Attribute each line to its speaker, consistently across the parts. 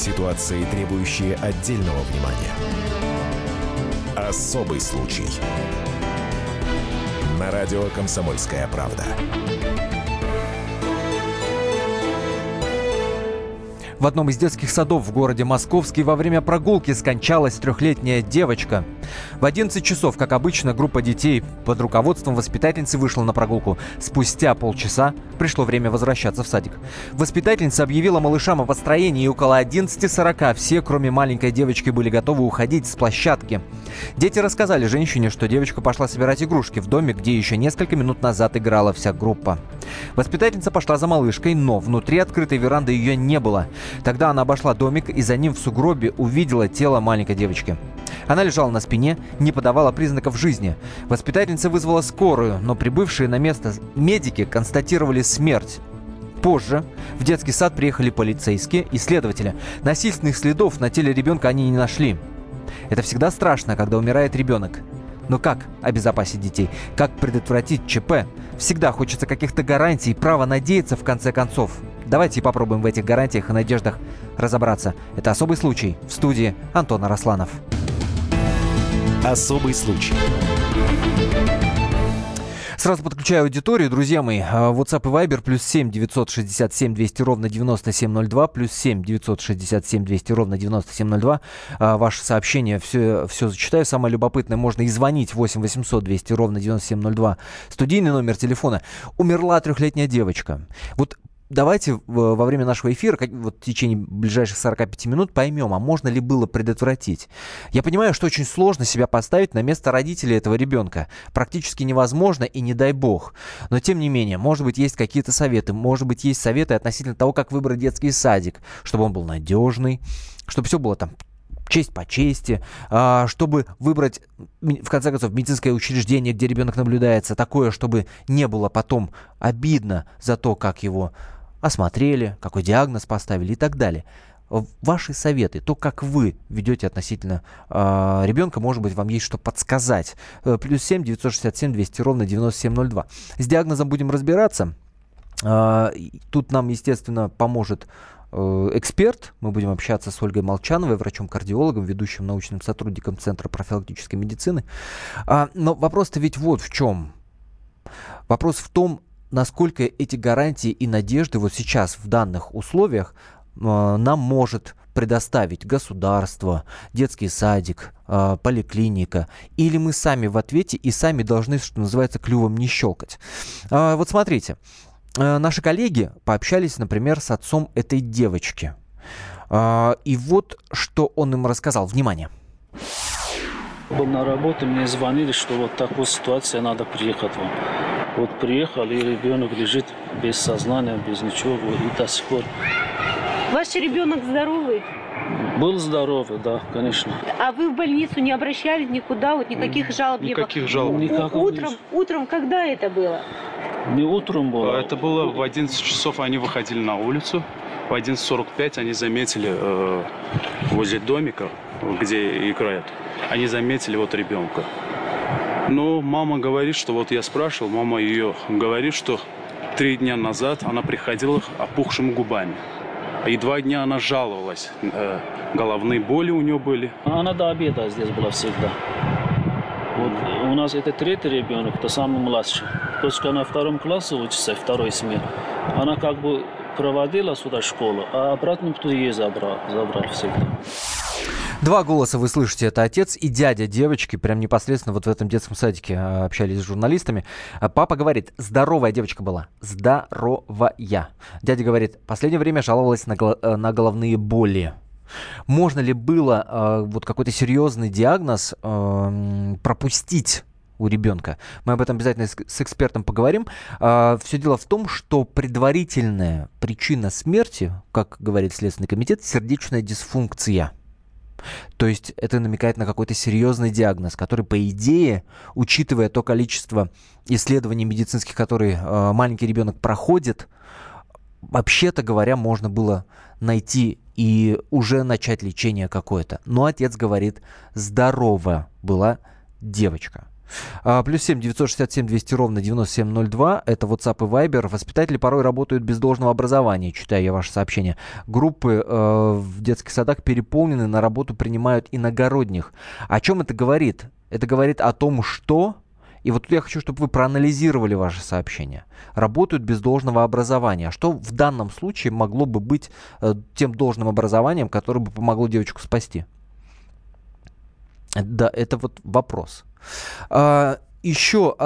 Speaker 1: Ситуации, требующие отдельного внимания. Особый случай. На радио «Комсомольская правда».
Speaker 2: В одном из детских садов в городе Московске во время прогулки скончалась 3-летняя девочка. В 11 часов, как обычно, группа детей под руководством воспитательницы вышла на прогулку. Спустя полчаса пришло время возвращаться в садик. Воспитательница объявила малышам о построении, и около 11:40 все, кроме маленькой девочки, были готовы уходить с площадки. Дети рассказали женщине, что девочка пошла собирать игрушки в доме, где еще несколько минут назад играла вся группа. Воспитательница пошла за малышкой, но внутри открытой веранды ее не было. Тогда она обошла домик и за ним в сугробе увидела тело маленькой девочки. Она лежала на спине, не подавала признаков жизни. Воспитательница вызвала скорую, но прибывшие на место медики констатировали смерть. Позже в детский сад приехали полицейские и следователи. Насильственных следов на теле ребенка они не нашли. Это всегда страшно, когда умирает ребенок. Но как обезопасить детей? Как предотвратить ЧП? Всегда хочется каких-то гарантий и права надеяться в конце концов. Давайте попробуем в этих гарантиях и надеждах разобраться. Это «Особый случай». В студии Антон Арасланов.
Speaker 1: Особый случай.
Speaker 2: Сразу подключаю аудиторию, друзья мои. WhatsApp и Viber +7 967 200 ровно 9702, +7 967 200 ровно 9702. Ваши сообщения все зачитаю. Самое любопытное, можно и звонить 8 800 200 ровно 9702. Студийный номер телефона. Умерла 3-летняя девочка. Вот давайте во время нашего эфира, вот в течение ближайших 45 минут, поймем, а можно ли было предотвратить. Я понимаю, что очень сложно себя поставить на место родителей этого ребенка. Практически невозможно и не дай бог. Но тем не менее, может быть, есть какие-то советы. Может быть, есть советы относительно того, как выбрать детский садик, чтобы он был надежный, чтобы все было там честь по чести, чтобы выбрать, в конце концов, медицинское учреждение, где ребенок наблюдается, такое, чтобы не было потом обидно за то, как его осмотрели, какой диагноз поставили и так далее. Ваши советы, то, как вы ведете относительно ребенка, может быть, вам есть что подсказать. +7 967 200 ровно 9702. С диагнозом будем разбираться. Тут нам, естественно, поможет эксперт. Мы будем общаться с Ольгой Молчановой, врачом-кардиологом, ведущим научным сотрудником Центра профилактической медицины. Но вопрос-то ведь вот в чем. Вопрос в том, насколько эти гарантии и надежды вот сейчас в данных условиях нам может предоставить государство, детский садик, поликлиника, или мы сами в ответе и сами должны, что называется, клювом не щелкать. Вот смотрите, наши коллеги пообщались, например, с отцом этой девочки. И вот что он им рассказал. Внимание.
Speaker 3: Был на работе, мне звонили, что вот такая ситуация, надо приехать вам. Вот приехал, и ребенок лежит без сознания, без ничего, и до сих пор.
Speaker 4: Ваш ребенок здоровый?
Speaker 3: Был здоровый, да, конечно.
Speaker 4: А вы в больницу не обращались никуда, вот никаких жалоб не было?
Speaker 5: Никаких жалоб.
Speaker 4: Утром когда это было?
Speaker 3: Не утром было.
Speaker 5: Это было в 11 часов, они выходили на улицу. В 11:45 они заметили возле домика, где играют, они заметили вот ребенка. Но мама говорит, что вот я спрашивал, мама ее говорит, что 3 дня назад она приходила опухшими губами. И 2 дня она жаловалась, головные боли у нее были.
Speaker 3: Она до обеда здесь была всегда. Вот у нас это 3-й ребенок, это самый младший. Дочка на 2 классе учится, 2-й смене. Она как бы проводила сюда школу, а обратно кто ей забрал всегда.
Speaker 2: 2 голоса вы слышите. Это отец и дядя девочки. Прям непосредственно вот в этом детском садике общались с журналистами. Папа говорит, здоровая девочка была. Здоровая. Дядя говорит, в последнее время жаловалась на головные боли. Можно ли было вот какой-то серьезный диагноз пропустить у ребенка? Мы об этом обязательно с экспертом поговорим. Все дело в том, что предварительная причина смерти, как говорит Следственный комитет, сердечная дисфункция. То есть это намекает на какой-то серьезный диагноз, который, по идее, учитывая то количество исследований медицинских, которые маленький ребенок проходит, вообще-то говоря, можно было найти и уже начать лечение какое-то. Но отец говорит, здоровая была девочка. Плюс 7 967 200 ровно 9702. Это WhatsApp и Viber. Воспитатели порой работают без должного образования. Читаю я ваше сообщение. Группы в детских садах переполнены, на работу принимают иногородних. О чем это говорит? Это говорит о том, что... И вот тут я хочу, чтобы вы проанализировали ваше сообщение. Работают без должного образования. Что в данном случае могло бы быть тем должным образованием, которое бы помогло девочку спасти? Да, это вот вопрос. Еще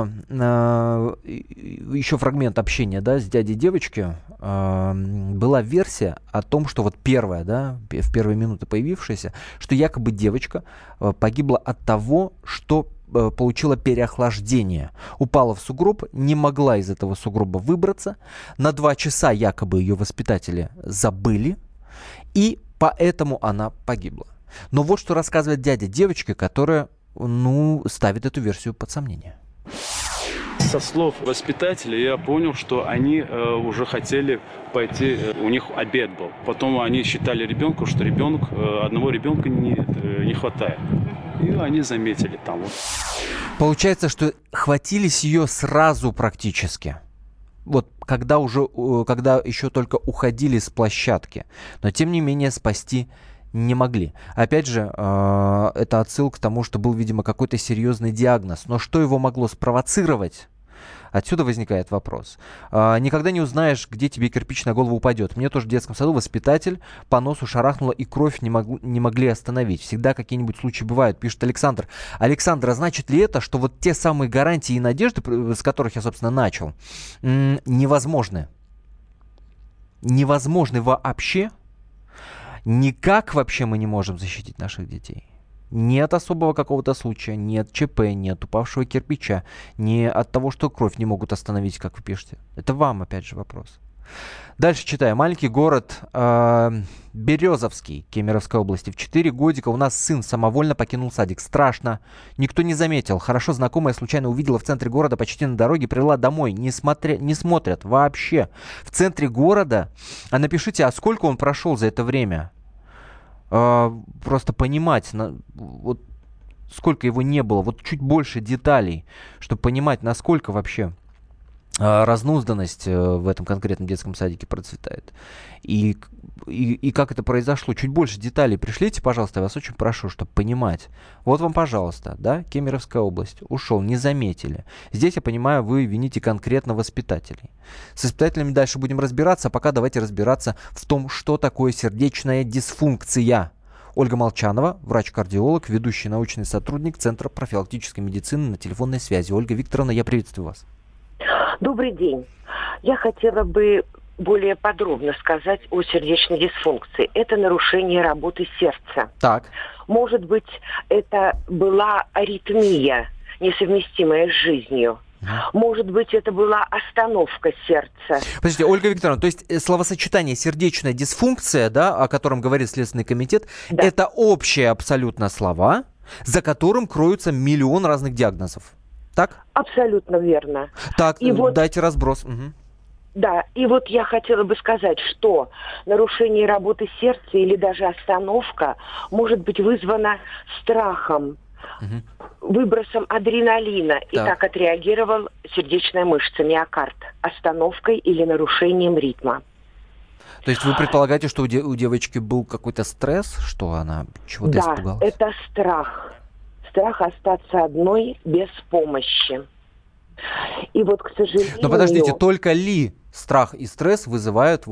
Speaker 2: фрагмент общения, да, с дядей девочки. Была версия о том, что вот первая, да, в первые минуты появившаяся, что якобы девочка погибла от того, что получила переохлаждение. Упала в сугроб, не могла из этого сугроба выбраться. На 2 часа якобы ее воспитатели забыли, и поэтому она погибла. Но вот что рассказывает дядя девочки, которая, ставит эту версию под сомнение.
Speaker 5: Со слов воспитателей я понял, что они уже хотели пойти, у них обед был. Потом они считали ребенку, что одного ребенка не хватает. И они заметили там.
Speaker 2: Получается, что хватились ее сразу практически. Вот когда еще только уходили с площадки. Но тем не менее спасти не могли. Опять же, это отсылка к тому, что был, видимо, какой-то серьезный диагноз. Но что его могло спровоцировать? Отсюда возникает вопрос. Никогда не узнаешь, где тебе кирпич на голову упадет. Мне тоже в детском саду воспитатель по носу шарахнула, и кровь не могли остановить. Всегда какие-нибудь случаи бывают, пишет Александр. Александр, а значит ли это, что вот те самые гарантии и надежды, с которых я, собственно, начал, невозможны? Невозможны вообще? Никак вообще мы не можем защитить наших детей. Нет особого какого-то случая, нет ЧП, нет упавшего кирпича, не от того, что кровь не могут остановить, как вы пишете. Это вам, опять же, вопрос. Дальше читаю. Маленький город Березовский, Кемеровской области. В 4 годика у нас сын самовольно покинул садик. Страшно. Никто не заметил. Хорошо знакомая случайно увидела в центре города, почти на дороге, привела домой. Не смотрят вообще. В центре города. А напишите, а сколько он прошел за это время? Просто понимать, вот сколько его не было, вот чуть больше деталей, чтобы понимать, насколько вообще разнузданность в этом конкретном детском садике процветает. И как это произошло. Чуть больше деталей пришлите, пожалуйста, я вас очень прошу, чтобы понимать. Вот вам, пожалуйста, да, Кемеровская область. Ушел, не заметили. Здесь, я понимаю, вы вините конкретно воспитателей. С воспитателями дальше будем разбираться, а пока давайте разбираться в том, что такое сердечная дисфункция. Ольга Молчанова, врач-кардиолог, ведущий научный сотрудник Центра профилактической медицины, на телефонной связи. Ольга Викторовна, я приветствую вас.
Speaker 6: Добрый день. Я хотела бы более подробно сказать о сердечной дисфункции. Это нарушение работы сердца.
Speaker 2: Так.
Speaker 6: Может быть, это была аритмия, несовместимая с жизнью. Может быть, это была остановка сердца.
Speaker 2: Подождите, Ольга Викторовна, то есть словосочетание сердечная дисфункция, да, о котором говорит Следственный комитет, да, это общие абсолютно слова, за которым кроются миллион разных диагнозов. Так?
Speaker 6: Абсолютно верно.
Speaker 2: Так, и дайте разброс. Угу.
Speaker 6: Да, и вот я хотела бы сказать, что нарушение работы сердца или даже остановка может быть вызвана страхом, выбросом адреналина. И так отреагировал сердечная мышца, миокард, остановкой или нарушением ритма.
Speaker 2: То есть вы предполагаете, что у девочки был какой-то стресс, что она чего-то испугалась?
Speaker 6: Да, это страх. Страх остаться одной без помощи. И вот, к сожалению...
Speaker 2: Но подождите, только ли страх и стресс вызывают,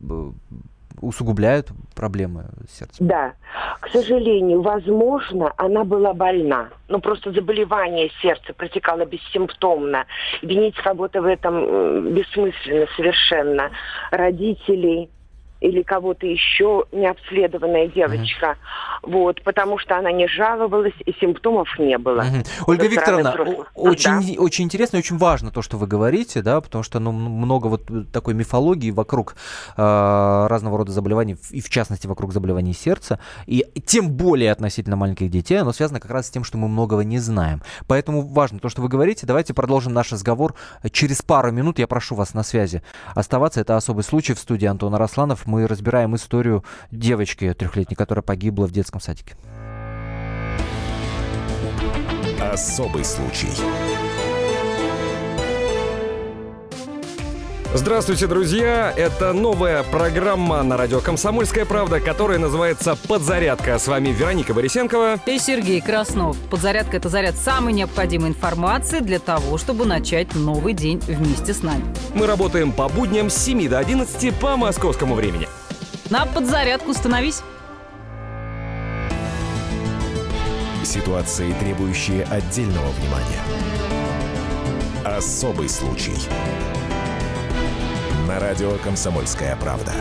Speaker 2: усугубляют проблемы сердца?
Speaker 6: Да. К сожалению, возможно, она была больна. Просто заболевание сердца протекало бессимптомно. Винить кого-то в этом бессмысленно совершенно. Родителей или кого-то еще, необследованная девочка. Потому что она не жаловалась, и симптомов не было.
Speaker 2: Ольга Викторовна, очень интересно и очень важно то, что вы говорите, да, потому что много такой мифологии вокруг разного рода заболеваний, и в частности вокруг заболеваний сердца, и тем более относительно маленьких детей, оно связано как раз с тем, что мы многого не знаем. Поэтому важно то, что вы говорите. Давайте продолжим наш разговор через пару минут. Я прошу вас на связи оставаться. Это «Особый случай» в студии Антон Арасланов. Мы разбираем историю девочки 3-летней, которая погибла в детском садике.
Speaker 1: Особый случай.
Speaker 7: Здравствуйте, друзья! Это новая программа на радио «Комсомольская правда», которая называется «Подзарядка». С вами Вероника Борисенкова
Speaker 8: и Сергей Краснов. Подзарядка – это заряд самой необходимой информации для того, чтобы начать новый день вместе с нами.
Speaker 7: Мы работаем по будням с 7 до 11 по московскому времени.
Speaker 8: На подзарядку становись.
Speaker 1: Ситуации, требующие отдельного внимания. Особый случай. На радио «Комсомольская правда».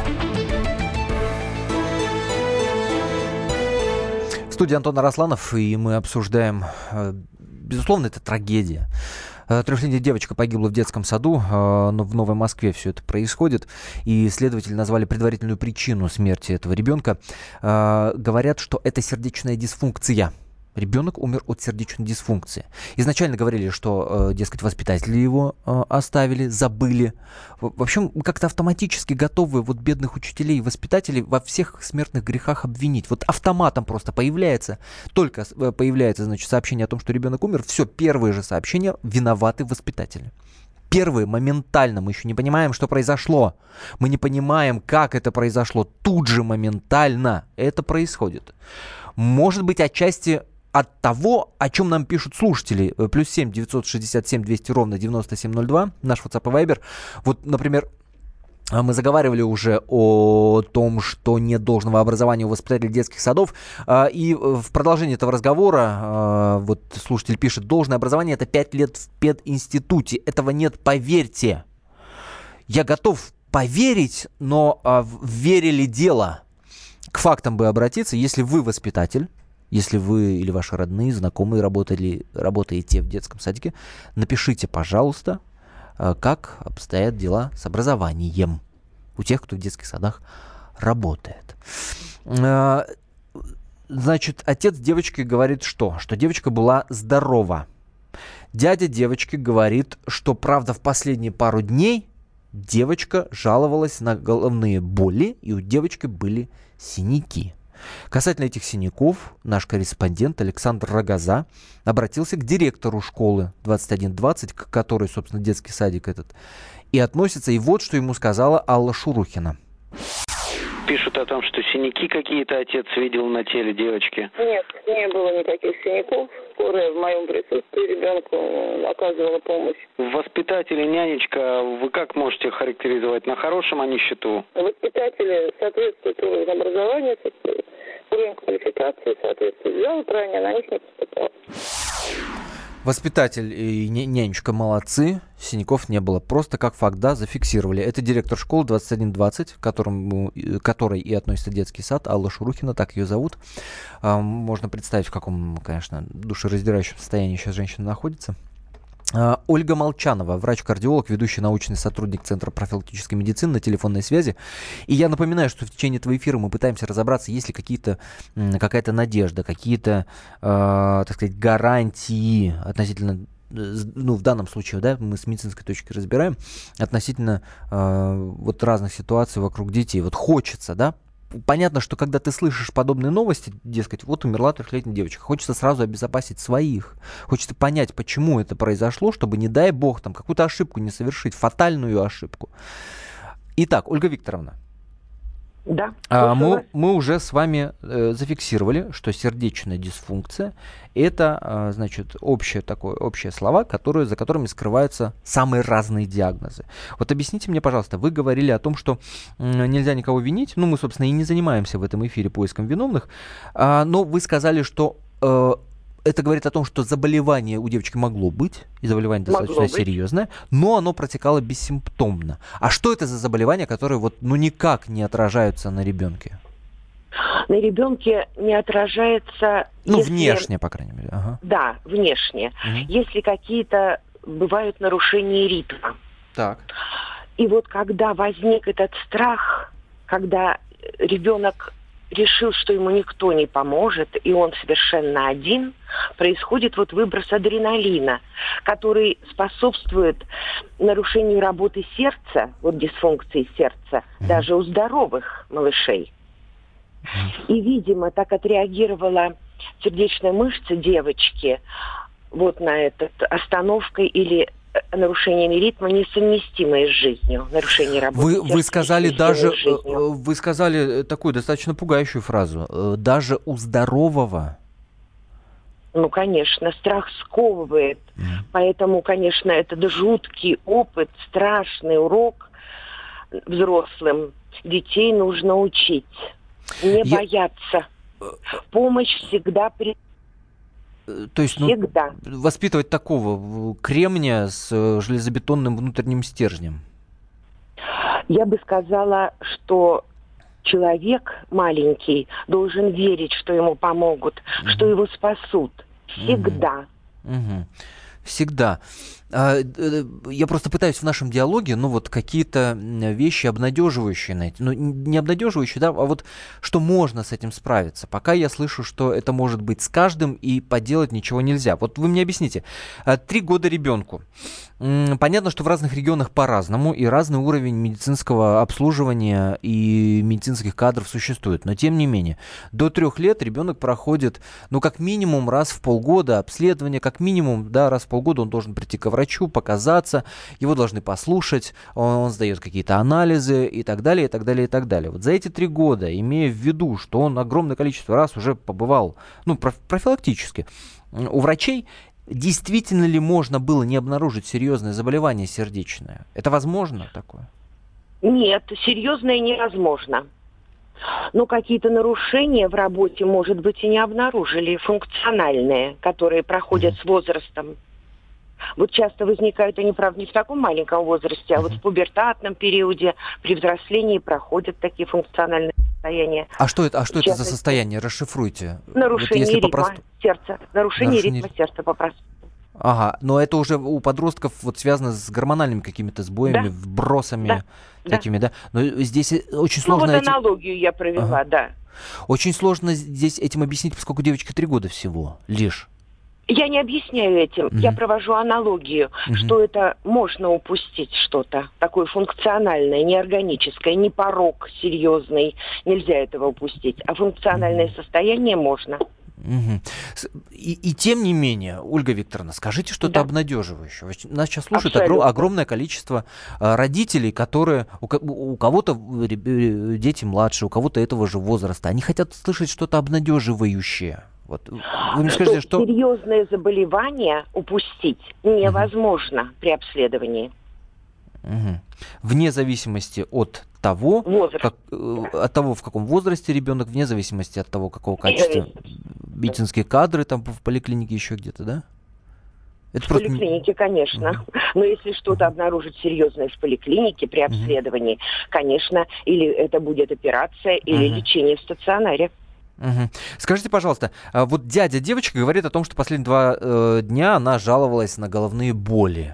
Speaker 2: В студии Антон Арасланов, и мы обсуждаем, безусловно, это трагедия. Трехлетняя девочка погибла в детском саду, но в Новой Москве все это происходит. И следователи назвали предварительную причину смерти этого ребенка. Говорят, что это сердечная дисфункция. Ребенок умер от сердечной дисфункции. Изначально говорили, что, дескать, воспитатели его оставили, забыли. В общем, как-то автоматически готовы вот бедных учителей и воспитателей во всех смертных грехах обвинить. Вот автоматом просто появляется, только появляется, значит, сообщение о том, что ребенок умер, все, первые же сообщения виноваты воспитатели. Первые моментально, мы еще не понимаем, что произошло. Мы не понимаем, как это произошло. Тут же моментально это происходит. Может быть, отчасти от того, о чем нам пишут слушатели. +7 967 200 ровно 9702, наш WhatsApp и Viber. Вот, например, мы заговаривали уже о том, что нет должного образования у воспитателей детских садов. И в продолжении этого разговора вот слушатель пишет: должное образование — это 5 лет в пединституте. Этого нет, поверьте. Я готов поверить, но в вере ли дело? К фактам бы обратиться, если вы воспитатель, если вы или ваши родные, знакомые работаете в детском садике, напишите, пожалуйста, как обстоят дела с образованием у тех, кто в детских садах работает. Значит, отец девочки говорит что? Что девочка была здорова. Дядя девочки говорит, что, правда, в последние пару дней девочка жаловалась на головные боли, и у девочки были синяки. Касательно этих синяков, наш корреспондент Александр Рогоза обратился к директору школы 2120, к которой, собственно, детский садик этот и относится. И вот что ему сказала Алла Шурухина.
Speaker 9: Пишут о том, что синяки какие-то отец видел на теле девочки.
Speaker 10: Нет, не было никаких синяков. Скорая в моем присутствии ребенку оказывала помощь.
Speaker 9: Воспитатели, нянечка, вы как можете характеризовать? На хорошем они счету?
Speaker 10: Воспитатели соответствуют уровню образования, уровень квалификации, соответствует. Жалоб ранее на них не поступало.
Speaker 2: Воспитатель и нянечка молодцы, синяков не было. Просто как факт, да, зафиксировали. Это директор школы 2120, к которой и относится детский сад, Алла Шурухина, так ее зовут. Можно представить, в каком, конечно, душераздирающем состоянии сейчас женщина находится. Ольга Молчанова, врач-кардиолог, ведущий научный сотрудник Центра профилактической медицины, на телефонной связи. И я напоминаю, что в течение этого эфира мы пытаемся разобраться, есть ли какая-то надежда, какие-то, так сказать, гарантии относительно, ну, в данном случае, да, мы с медицинской точки разбираем, относительно вот разных ситуаций вокруг детей. Вот хочется, да, понятно, что когда ты слышишь подобные новости, дескать, вот умерла трехлетняя девочка, хочется сразу обезопасить своих. Хочется понять, почему это произошло, чтобы, не дай бог, там какую-то ошибку не совершить, фатальную ошибку. Итак, Ольга Викторовна.
Speaker 6: Да.
Speaker 2: Мы уже с вами зафиксировали, что сердечная дисфункция — это, значит, общее слова, за которыми скрываются самые разные диагнозы. Вот объясните мне, пожалуйста, вы говорили о том, что нельзя никого винить, ну, мы, собственно, и не занимаемся в этом эфире поиском виновных, но вы сказали, что это говорит о том, что заболевание у девочки могло быть, и заболевание достаточно серьезное, но оно протекало бессимптомно. А что это за заболевания, которые вот, ну, никак не отражаются на ребенке?
Speaker 6: На ребенке не отражается...
Speaker 2: Ну,
Speaker 6: если...
Speaker 2: внешне, по крайней мере. Ага.
Speaker 6: Да, внешне.
Speaker 2: Угу.
Speaker 6: Если какие-то бывают нарушения ритма.
Speaker 2: Так.
Speaker 6: И вот когда возник этот страх, когда ребенок решил, что ему никто не поможет, и он совершенно один, происходит вот выброс адреналина, который способствует нарушению работы сердца, вот дисфункции сердца, даже у здоровых малышей. И, видимо, так отреагировала сердечная мышца девочки, вот на этот остановкой или нарушениями ритма, несовместимые с жизнью, нарушение работы.
Speaker 2: Вы сказали даже,
Speaker 6: с жизнью.
Speaker 2: вы сказали такую достаточно пугающую фразу. Даже у здорового.
Speaker 6: Ну, конечно, страх сковывает. Поэтому, конечно, это жуткий опыт, страшный урок взрослым. Детей нужно учить, не бояться. Помощь всегда
Speaker 2: То есть,
Speaker 6: всегда.
Speaker 2: Воспитывать такого кремня с железобетонным внутренним стержнем.
Speaker 6: Я бы сказала, что человек маленький должен верить, что ему помогут, что его спасут. Всегда.
Speaker 2: Всегда. Я просто пытаюсь в нашем диалоге, какие-то вещи обнадеживающие найти. Не обнадеживающие, да, а вот что можно с этим справиться. Пока я слышу, что это может быть с каждым, и поделать ничего нельзя. Вот вы мне объясните. 3 года ребенку. Понятно, что в разных регионах по-разному, и разный уровень медицинского обслуживания и медицинских кадров существует. Но, тем не менее, до 3 лет ребенок проходит, как минимум раз в полгода обследование, как минимум, да, раз в полгода он должен прийти к врачу, показаться, его должны послушать, он сдает какие-то анализы и так далее, и так далее, и так далее. Вот за эти 3 года, имея в виду, что он огромное количество раз уже побывал, профилактически, у врачей, действительно ли можно было не обнаружить серьезное заболевание сердечное? Это возможно такое?
Speaker 6: Нет, серьезное невозможно. Но какие-то нарушения в работе, может быть, и не обнаружили, функциональные, которые проходят с возрастом. Вот часто возникают они, правда, не в таком маленьком возрасте, а вот в пубертатном периоде, при взрослении проходят такие функциональные состояния.
Speaker 2: А что это за состояние? Расшифруйте.
Speaker 6: Нарушение ритма сердца. Нарушение ритма сердца попросту.
Speaker 2: Ага, но это уже у подростков связано с гормональными какими-то сбоями, вбросами такими, да? Но здесь очень сложно...
Speaker 6: аналогию я провела, да.
Speaker 2: Очень сложно здесь этим объяснить, поскольку девочке 3 года всего лишь.
Speaker 6: Я не объясняю этим, я провожу аналогию, что это можно упустить что-то такое функциональное, неорганическое, не порок серьезный, нельзя этого упустить, а функциональное состояние можно.
Speaker 2: И тем не менее, Ольга Викторовна, скажите что-то обнадеживающее. Нас сейчас слушает огромное количество родителей, которые у кого-то дети младше, у кого-то этого же возраста. Они хотят слышать что-то обнадеживающее. Вот. Вы мне скажите, что...
Speaker 6: Серьезное заболевание упустить невозможно при обследовании.
Speaker 2: Вне зависимости от того, в каком возрасте ребенок, вне зависимости от того, какого качества медицинские кадры там в поликлинике еще где-то, да?
Speaker 6: Это в поликлинике, конечно. Но если что-то обнаружить серьезное в поликлинике при обследовании, конечно, или это будет операция, или лечение в стационаре.
Speaker 2: Скажите, пожалуйста, вот дядя девочка говорит о том, что последние 2 дня она жаловалась на головные боли.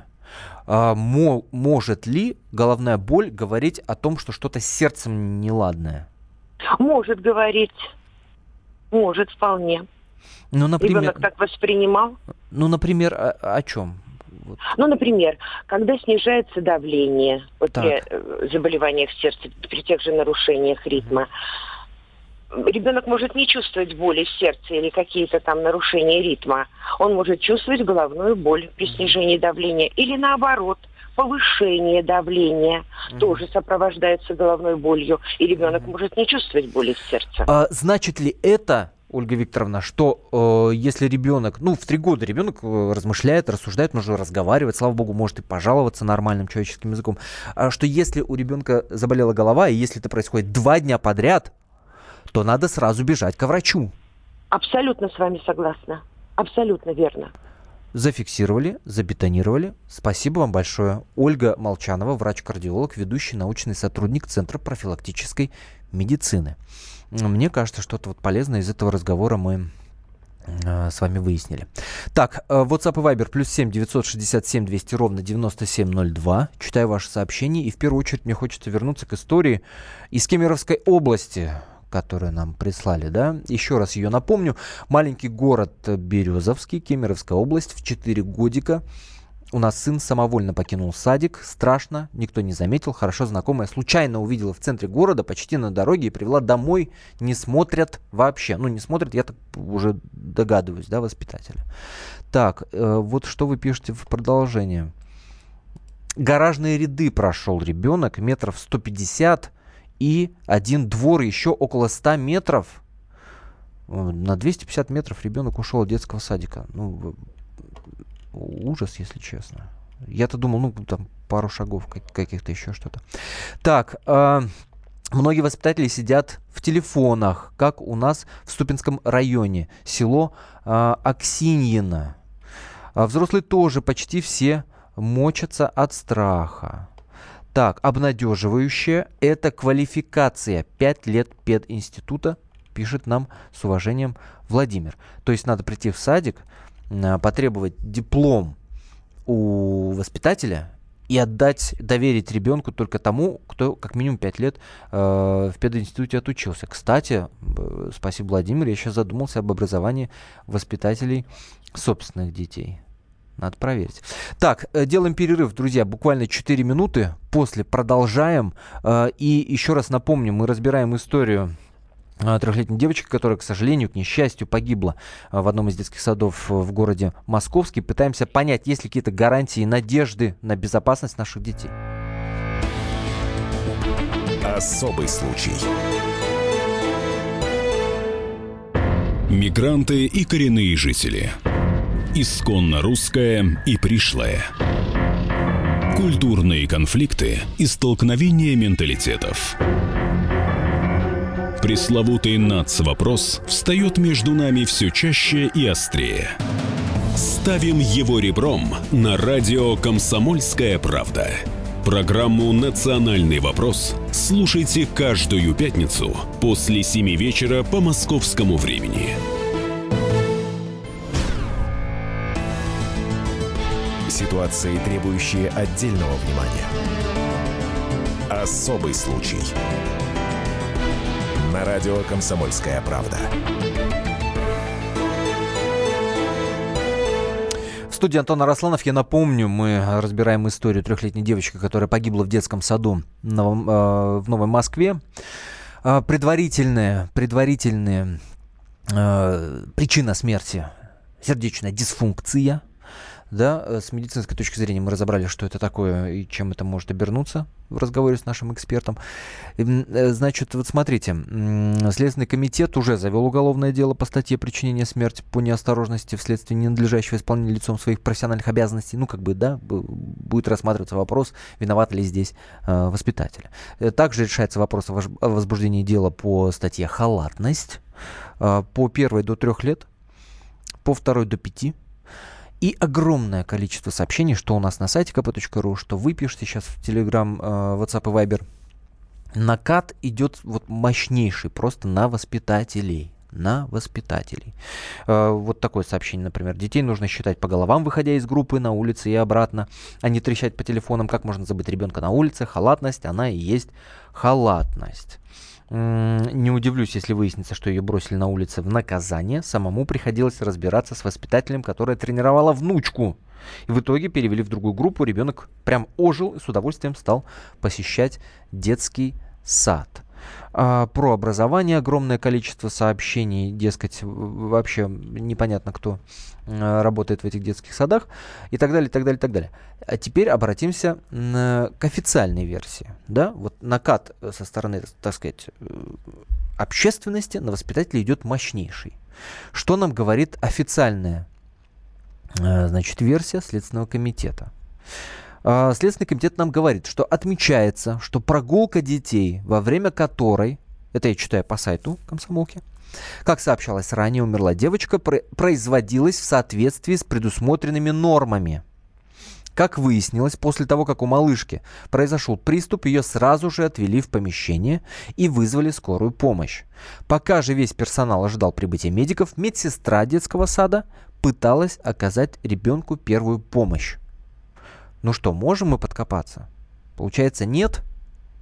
Speaker 2: Может ли головная боль говорить о том, что что-то с сердцем неладное?
Speaker 6: Может говорить. Может вполне. Ребенок так воспринимал.
Speaker 2: Например, о чем?
Speaker 6: Например, когда снижается давление при заболеваниях сердца, при тех же нарушениях ритма, ребенок может не чувствовать боли в сердце или какие-то там нарушения ритма. Он может чувствовать головную боль при снижении давления. Или наоборот, повышение давления тоже сопровождается головной болью. И ребенок может не чувствовать боли в сердце.
Speaker 2: Значит ли это, Ольга Викторовна, что если ребенок, в 3 года ребенок размышляет, рассуждает, может разговаривать, слава богу, может и пожаловаться нормальным человеческим языком, что если у ребенка заболела голова, и если это происходит 2 дня подряд, то надо сразу бежать к врачу.
Speaker 6: Абсолютно с вами согласна. Абсолютно верно.
Speaker 2: Зафиксировали, забетонировали. Спасибо вам большое. Ольга Молчанова, врач-кардиолог, ведущий научный сотрудник Центра профилактической медицины. Мне кажется, что-то полезное из этого разговора мы с вами выяснили. Так, WhatsApp и Viber +7 967 200 ровно 9702. Читаю ваши сообщения. И в первую очередь мне хочется вернуться к истории из Кемеровской области, которую нам прислали, да. Еще раз ее напомню. Маленький город Березовский, Кемеровская область, в 4 годика У нас сын самовольно покинул садик. Страшно, никто не заметил. Хорошо знакомая случайно увидела в центре города, почти на дороге, и привела домой. Не смотрят вообще. Ну, не смотрят, я так уже догадываюсь, да, воспитатели. Так, вот что вы пишете в продолжение. Гаражные ряды прошел ребенок, метров 150, и один двор еще около 100 метров. На 250 метров ребенок ушел от детского садика. Ну, ужас, если честно. Я-то думал, ну, там пару шагов каких-то, еще что-то. Так, многие воспитатели сидят в телефонах, как у нас в Ступинском районе, село Аксиньино. Взрослые тоже почти все мочатся от страха. Так, обнадеживающее – это квалификация. 5 лет пединститута, пишет нам с уважением Владимир. То есть надо прийти в садик, потребовать диплом у воспитателя и доверить ребенку только тому, кто как минимум 5 лет в пединституте отучился. Кстати, спасибо, Владимир, я сейчас задумался об образовании воспитателей собственных детей. Надо проверить. Так, делаем перерыв, друзья, буквально 4 минуты. После продолжаем. И еще раз напомню, мы разбираем историю 3-летней девочки, которая, к сожалению, к несчастью, погибла в одном из детских садов в городе Московске. Пытаемся понять, есть ли какие-то гарантии и надежды на безопасность наших детей.
Speaker 1: Особый случай.
Speaker 11: Мигранты и коренные жители. Исконно русское и пришлое. Культурные конфликты и столкновения менталитетов. Пресловутый НАЦ-вопрос встает между нами все чаще и острее. Ставим его ребром на радио «Комсомольская правда». Программу «Национальный вопрос» слушайте каждую пятницу после 7 вечера по московскому времени.
Speaker 1: Ситуации, требующие отдельного внимания. Особый случай. На радио «Комсомольская правда».
Speaker 2: В студии Антон Арасланов. Я напомню, мы разбираем историю 3-летней девочки, которая погибла в детском саду в Новой Москве. Предварительная причина смерти – сердечная дисфункция. Да, с медицинской точки зрения мы разобрали, что это такое и чем это может обернуться в разговоре с нашим экспертом. Значит, вот смотрите, Следственный комитет уже завел уголовное дело по статье «Причинение смерти по неосторожности вследствие ненадлежащего исполнения лицом своих профессиональных обязанностей». Ну, как бы, да, будет рассматриваться вопрос, виноват ли здесь воспитатель. Также решается вопрос о возбуждении дела по статье «Халатность» по 1 до 3 лет, по 2 до 5. И огромное количество сообщений, что у нас на сайте kp.ru, что вы пишете сейчас в Telegram, WhatsApp и Viber. Накат идет вот мощнейший просто на воспитателей. Вот такое сообщение, например. Детей нужно считать по головам, выходя из группы на улице и обратно, а не трещать по телефонам. Как можно забыть ребенка на улице? Халатность, она и есть халатность. Не удивлюсь, если выяснится, что ее бросили на улице в наказание. Самому приходилось разбираться с воспитателем, которая тренировала внучку. И в итоге перевели в другую группу. Ребенок прям ожил и с удовольствием стал посещать детский сад. Про образование огромное количество сообщений, дескать, вообще непонятно, кто работает в этих детских садах, и так далее, и так далее, и так далее. А теперь обратимся к официальной версии. Да? Вот накат со стороны, так сказать, общественности на воспитателей идет мощнейший. Что нам говорит официальная, значит, версия Следственного комитета? Следственный комитет нам говорит, что отмечается, что прогулка детей, во время которой, это я читаю по сайту комсомолки, как сообщалось ранее, умерла девочка, производилась в соответствии с предусмотренными нормами. Как выяснилось, после того, как у малышки произошел приступ, ее сразу же отвели в помещение и вызвали скорую помощь. Пока же весь персонал ожидал прибытия медиков, медсестра детского сада пыталась оказать ребенку первую помощь. Ну что, можем мы подкопаться? Получается, нет.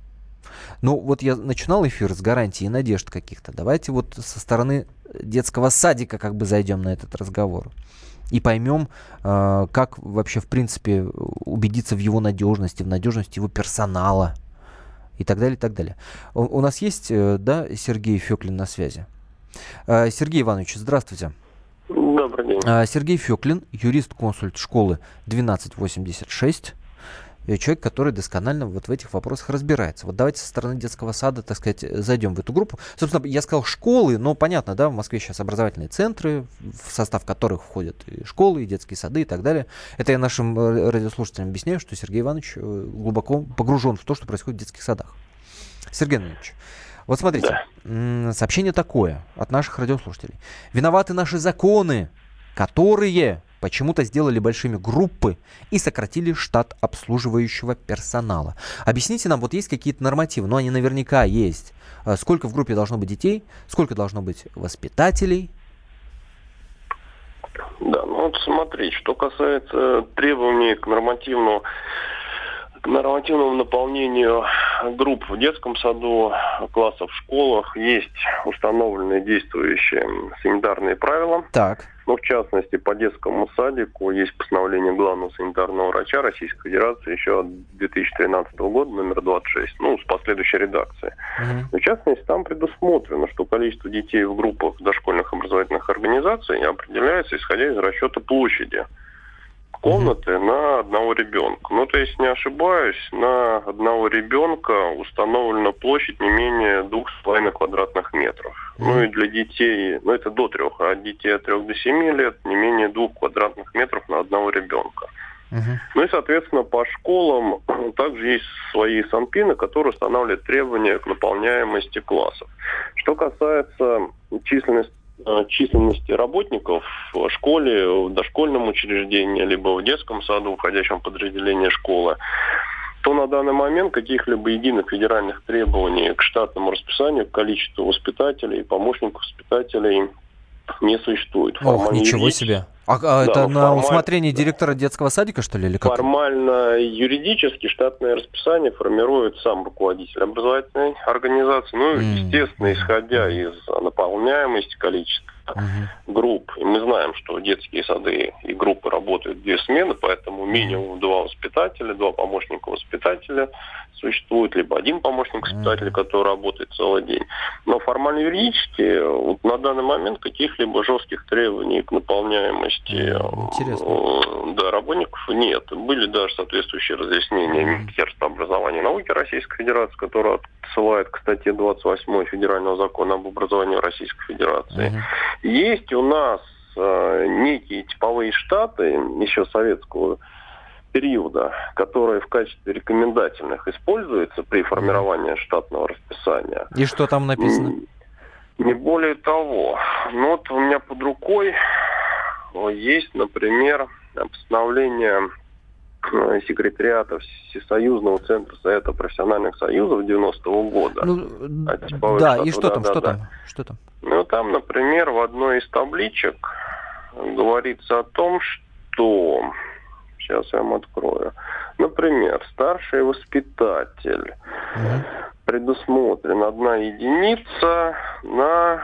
Speaker 2: Ну, вот я начинал эфир с гарантией и надежд каких-то. Давайте вот со стороны детского садика как бы зайдем на этот разговор. И поймем, как вообще, в принципе, убедиться в его надежности, в надежности его персонала и так далее, и так далее. У нас есть, да, Сергей Феклин на связи? Сергей Иванович, здравствуйте.
Speaker 12: Добрый день.
Speaker 2: Сергей Феклин, юрист-консульт школы 1286. Человек, который досконально вот в этих вопросах разбирается. Вот давайте со стороны детского сада, так сказать, зайдем в эту группу. Собственно, я сказал школы, но понятно, да, в Москве сейчас образовательные центры, в состав которых входят и школы, и детские сады, и так далее. Это я нашим радиослушателям объясняю, что Сергей Иванович глубоко погружен в то, что происходит в детских садах. Сергей Иванович, вот смотрите, сообщение такое от наших радиослушателей. Виноваты наши законы, которые почему-то сделали большими группы и сократили штат обслуживающего персонала. Объясните нам, вот есть какие-то нормативы, но они наверняка есть. Сколько в группе должно быть детей, сколько должно быть воспитателей?
Speaker 12: Да, ну вот смотрите, что касается требований к нормативному наполнению групп в детском саду, классов в школах, есть установленные действующие санитарные правила.
Speaker 2: Так.
Speaker 12: Ну, в частности, по детскому садику есть постановление главного санитарного врача Российской Федерации еще от 2013 года, номер 26, ну, с последующей редакцией. В частности, там предусмотрено, что количество детей в группах дошкольных образовательных организаций определяется, исходя из расчета площади комнаты на одного ребенка. Ну, то есть, не ошибаюсь, на одного ребенка установлена площадь не менее 2,5 квадратных метров. Ну, и для детей, ну, это до 3, а от детей от 3 до 7 лет не менее 2 квадратных метров на одного ребенка. Ну и, соответственно, по школам также есть свои санпины, которые устанавливают требования к наполняемости классов. Что касается численности работников в школе, в дошкольном учреждении, либо в детском саду, входящем в подразделение школы, то на данный момент каких-либо единых федеральных требований к штатному расписанию, к количеству воспитателей и помощников воспитателей не существует.
Speaker 2: Ох, ничего себе. А это на усмотрение директора детского садика, что ли, или как?
Speaker 12: Формально юридически штатное расписание формирует сам руководитель образовательной организации. Ну, естественно, исходя из наполняемости, количества групп. И мы знаем, что детские сады и группы работают 2 смены, поэтому минимум 2 воспитателя, 2 помощника воспитателя существует, либо 1 помощник воспитателя, который работает целый день. Но формально юридически вот на данный момент каких-либо жестких требований к наполняемости работников нет. Были даже соответствующие разъяснения Министерства образования и науки Российской Федерации, которое отсылает к статье 28 Федерального закона об образовании Российской Федерации. Есть у нас некие типовые штаты еще советского периода, которые в качестве рекомендательных используются при формировании штатного расписания.
Speaker 2: И что там написано?
Speaker 12: Не более того. Ну вот у меня под рукой есть, например, постановление секретариата Всесоюзного центра Совета профессиональных союзов 90-го года.
Speaker 2: И что там?
Speaker 12: Ну, там, например, в одной из табличек говорится о том, что... Сейчас я вам открою. Например, старший воспитатель. Предусмотрена 1 единица на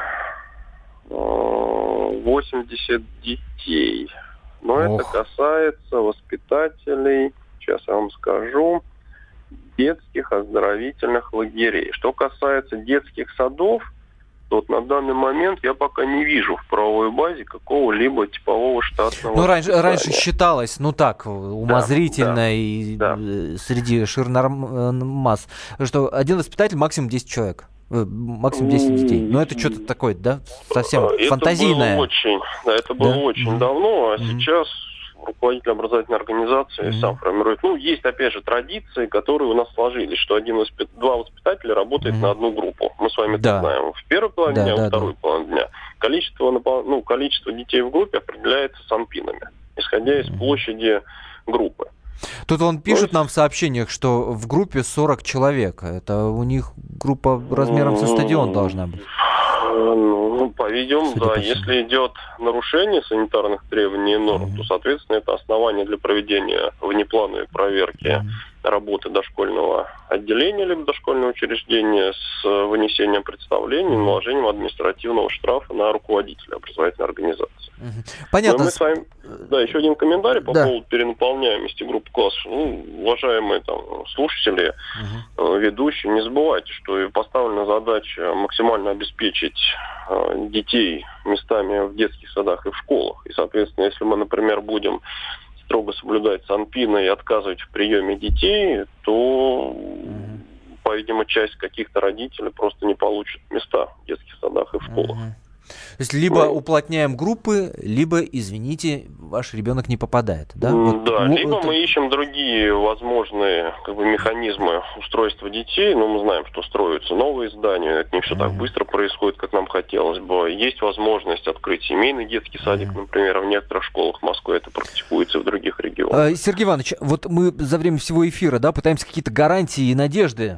Speaker 12: 80 детей. Но это касается воспитателей, сейчас я вам скажу, детских оздоровительных лагерей. Что касается детских садов, то вот на данный момент я пока не вижу в правовой базе какого-либо типового штатного...
Speaker 2: Ну, раньше считалось, умозрительно и среди масс, что 1 воспитатель максимум 10 человек. Максимум 10 детей. Но это что-то такое, да? Совсем фантазийное.
Speaker 12: Это было очень давно, а сейчас руководитель образовательной организации сам формирует. Ну, есть, опять же, традиции, которые у нас сложились, что 2 воспитателя работает на одну группу. Мы с вами это знаем. В первой половине дня, во второй половине дня. Количество детей в группе определяется санпинами, исходя из площади группы.
Speaker 2: Тут он пишет нам в сообщениях, что в группе 40 человек. Это у них группа размером со стадион должна быть.
Speaker 12: Ну, по-видимому, да. Если идет нарушение санитарных требований и норм, то, соответственно, это основание для проведения внеплановой проверки работы дошкольного отделения либо дошкольного учреждения с вынесением представлений и наложением административного штрафа на руководителя образовательной организации.
Speaker 2: Понятно.
Speaker 12: Мы с вами... Да, еще один комментарий по поводу перенаполняемости группы классов. Уважаемые слушатели, ведущие, не забывайте, что поставлена задача максимально обеспечить детей местами в детских садах и в школах. И, соответственно, если мы, например, будем строго соблюдать санпины и отказывать в приеме детей, то, по-видимому, часть каких-то родителей просто не получит места в детских садах и в школах.
Speaker 2: То есть либо уплотняем группы, либо, извините, ваш ребенок не попадает, да?
Speaker 12: Либо мы ищем другие возможные механизмы устройства детей. Мы знаем, что строятся новые здания, это не все так быстро происходит, как нам хотелось бы. Есть возможность открыть семейный детский садик, например, в некоторых школах Москвы это практикуется, в других регионах.
Speaker 2: Сергей Иванович, вот мы за время всего эфира, пытаемся какие-то гарантии и надежды,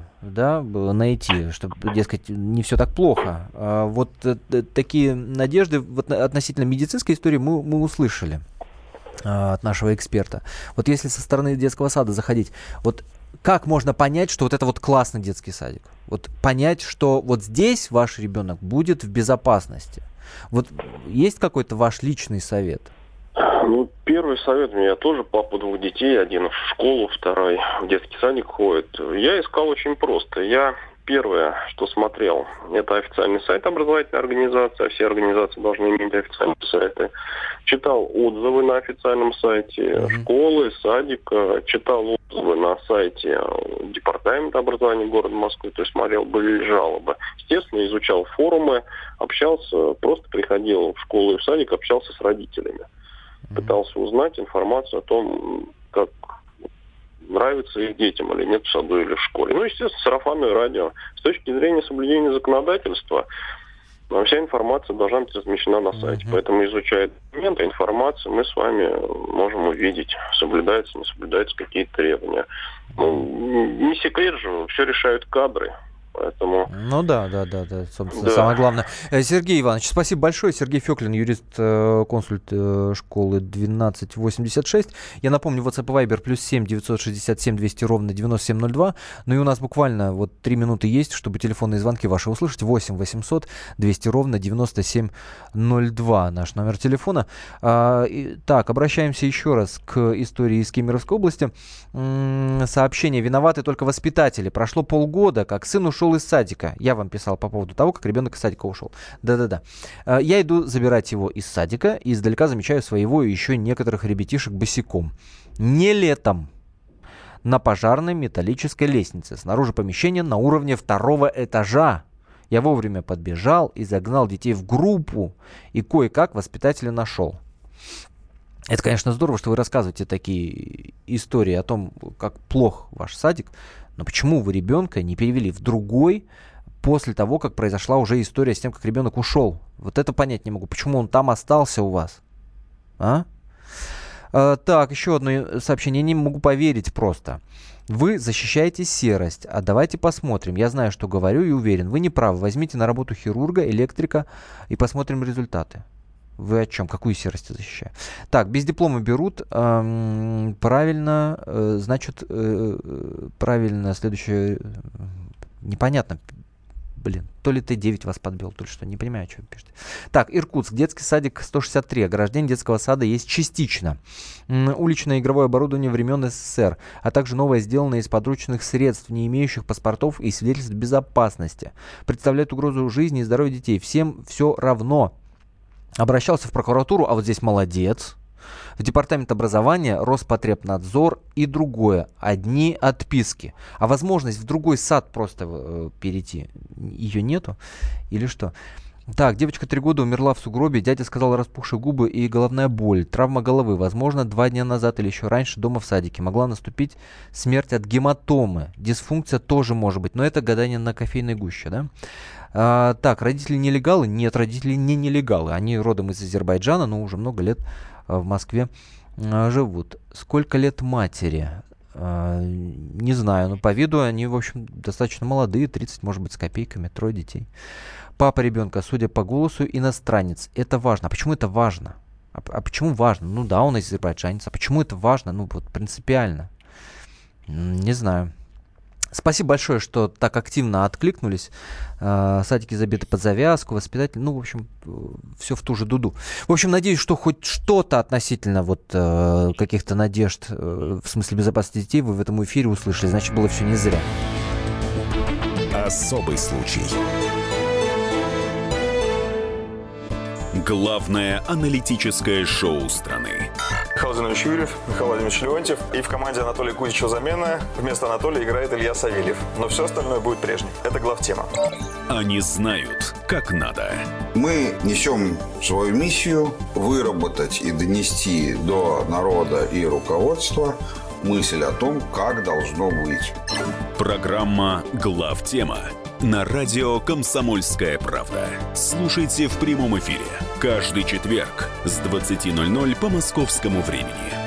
Speaker 2: найти, чтобы, дескать, не все так плохо. Вот такие надежды относительно медицинской истории мы услышали от нашего эксперта. Вот если со стороны детского сада заходить, вот как можно понять, что вот это вот классный детский садик? Вот понять, что вот здесь ваш ребенок будет в безопасности. Вот есть какой-то ваш личный совет?
Speaker 12: Первый совет, у меня тоже папа 2 детей, один в школу, второй в детский садик ходит. Я искал очень просто. Я первое, что смотрел, это официальный сайт образовательной организации, а все организации должны иметь официальные сайты. Читал отзывы на официальном сайте школы, садика, читал отзывы на сайте департамента образования города Москвы, то есть смотрел, были ли жалобы. Естественно, изучал форумы, общался, просто приходил в школу и в садик, общался с родителями. Пытался узнать информацию о том, как нравится их детям или нет в саду или в школе. Естественно, сарафанное радио. С точки зрения соблюдения законодательства, вся информация должна быть размещена на сайте. Поэтому, изучая документы, информацию, мы с вами можем увидеть, соблюдаются, не соблюдаются какие-то требования. Не секрет же, все решают кадры. Поэтому...
Speaker 2: собственно, самое главное. Сергей Иванович, спасибо большое. Сергей Феклин, юрист-консульт школы 1286. Я напомню, WhatsApp и Viber +7 967 200 ровно 9702. И у нас буквально 3 минуты есть, чтобы телефонные звонки ваши услышать. 8 800 200 ровно 9702 наш номер телефона. Так, обращаемся еще раз к истории из Кемеровской области. Сообщение: виноваты только воспитатели. Прошло полгода, как сын ушел из садика. Я вам писал по поводу того, как ребенок из садика ушел. Да-да-да. Я иду забирать его из садика и издалека замечаю своего и еще некоторых ребятишек босиком. Не летом. На пожарной металлической лестнице. Снаружи помещения на уровне 2-го этажа. Я вовремя подбежал и загнал детей в группу. И кое-как воспитателя нашел. Это, конечно, здорово, что вы рассказываете такие истории о том, как плох ваш садик. Но почему вы ребенка не перевели в другой после того, как произошла уже история с тем, как ребенок ушел? Вот это понять не могу. Почему он там остался у вас? Так, еще одно сообщение. Не могу поверить просто. Вы защищаете серость, а давайте посмотрим. Я знаю, что говорю, и уверен. Вы не правы. Возьмите на работу хирурга, электрика и посмотрим результаты. Вы о чем? Какую серость я защищаю? Так, без диплома берут. Правильно, значит, правильно, следующее... Непонятно. То ли Т9 вас подбил, то ли что. Не понимаю, что вы пишете. Так, Иркутск. Детский садик 163. Ограждение детского сада есть частично. Уличное игровое оборудование времен СССР, а также новое, сделанное из подручных средств, не имеющих паспортов и свидетельств безопасности. Представляет угрозу жизни и здоровью детей. Всем все равно. Обращался в прокуратуру, а вот здесь молодец. В департамент образования, Роспотребнадзор и другое. Одни отписки. А возможность в другой сад просто перейти, ее нету? Или что? Так, девочка 3 года умерла в сугробе. Дядя сказал, распухшие губы и головная боль. Травма головы. Возможно, 2 дня назад или еще раньше дома в садике. Могла наступить смерть от гематомы. Дисфункция тоже может быть. Но это гадание на кофейной гуще, да? Так, родители нелегалы? Нет, родители не нелегалы. Они родом из Азербайджана, но уже много лет в Москве живут. Сколько лет матери? Не знаю, но по виду они, в общем, достаточно молодые, 30, может быть, с копейками, 3 детей. Папа ребенка, судя по голосу, иностранец. Это важно. А почему это важно? А почему важно? Он азербайджанец. А почему это важно? Принципиально. Не знаю. Спасибо большое, что так активно откликнулись. Садики забиты под завязку, воспитатели. Ну, в общем, все в ту же дуду. В общем, надеюсь, что хоть что-то относительно вот каких-то надежд в смысле безопасности детей вы в этом эфире услышали. Значит, было все не зря.
Speaker 1: Особый случай.
Speaker 11: Главное аналитическое шоу страны.
Speaker 13: Михаил Владимирович Юрьев, Михаил Владимирович Леонтьев. И в команде Анатолия Кузичева замена. Вместо Анатолия играет Илья Савельев. Но все остальное будет прежним. Это главтема.
Speaker 11: Они знают, как надо.
Speaker 14: Мы несем свою миссию выработать и донести до народа и руководства мысль о том, как должно быть.
Speaker 11: Программа «Главтема» на радио «Комсомольская правда». Слушайте в прямом эфире каждый четверг с 20:00 по московскому времени.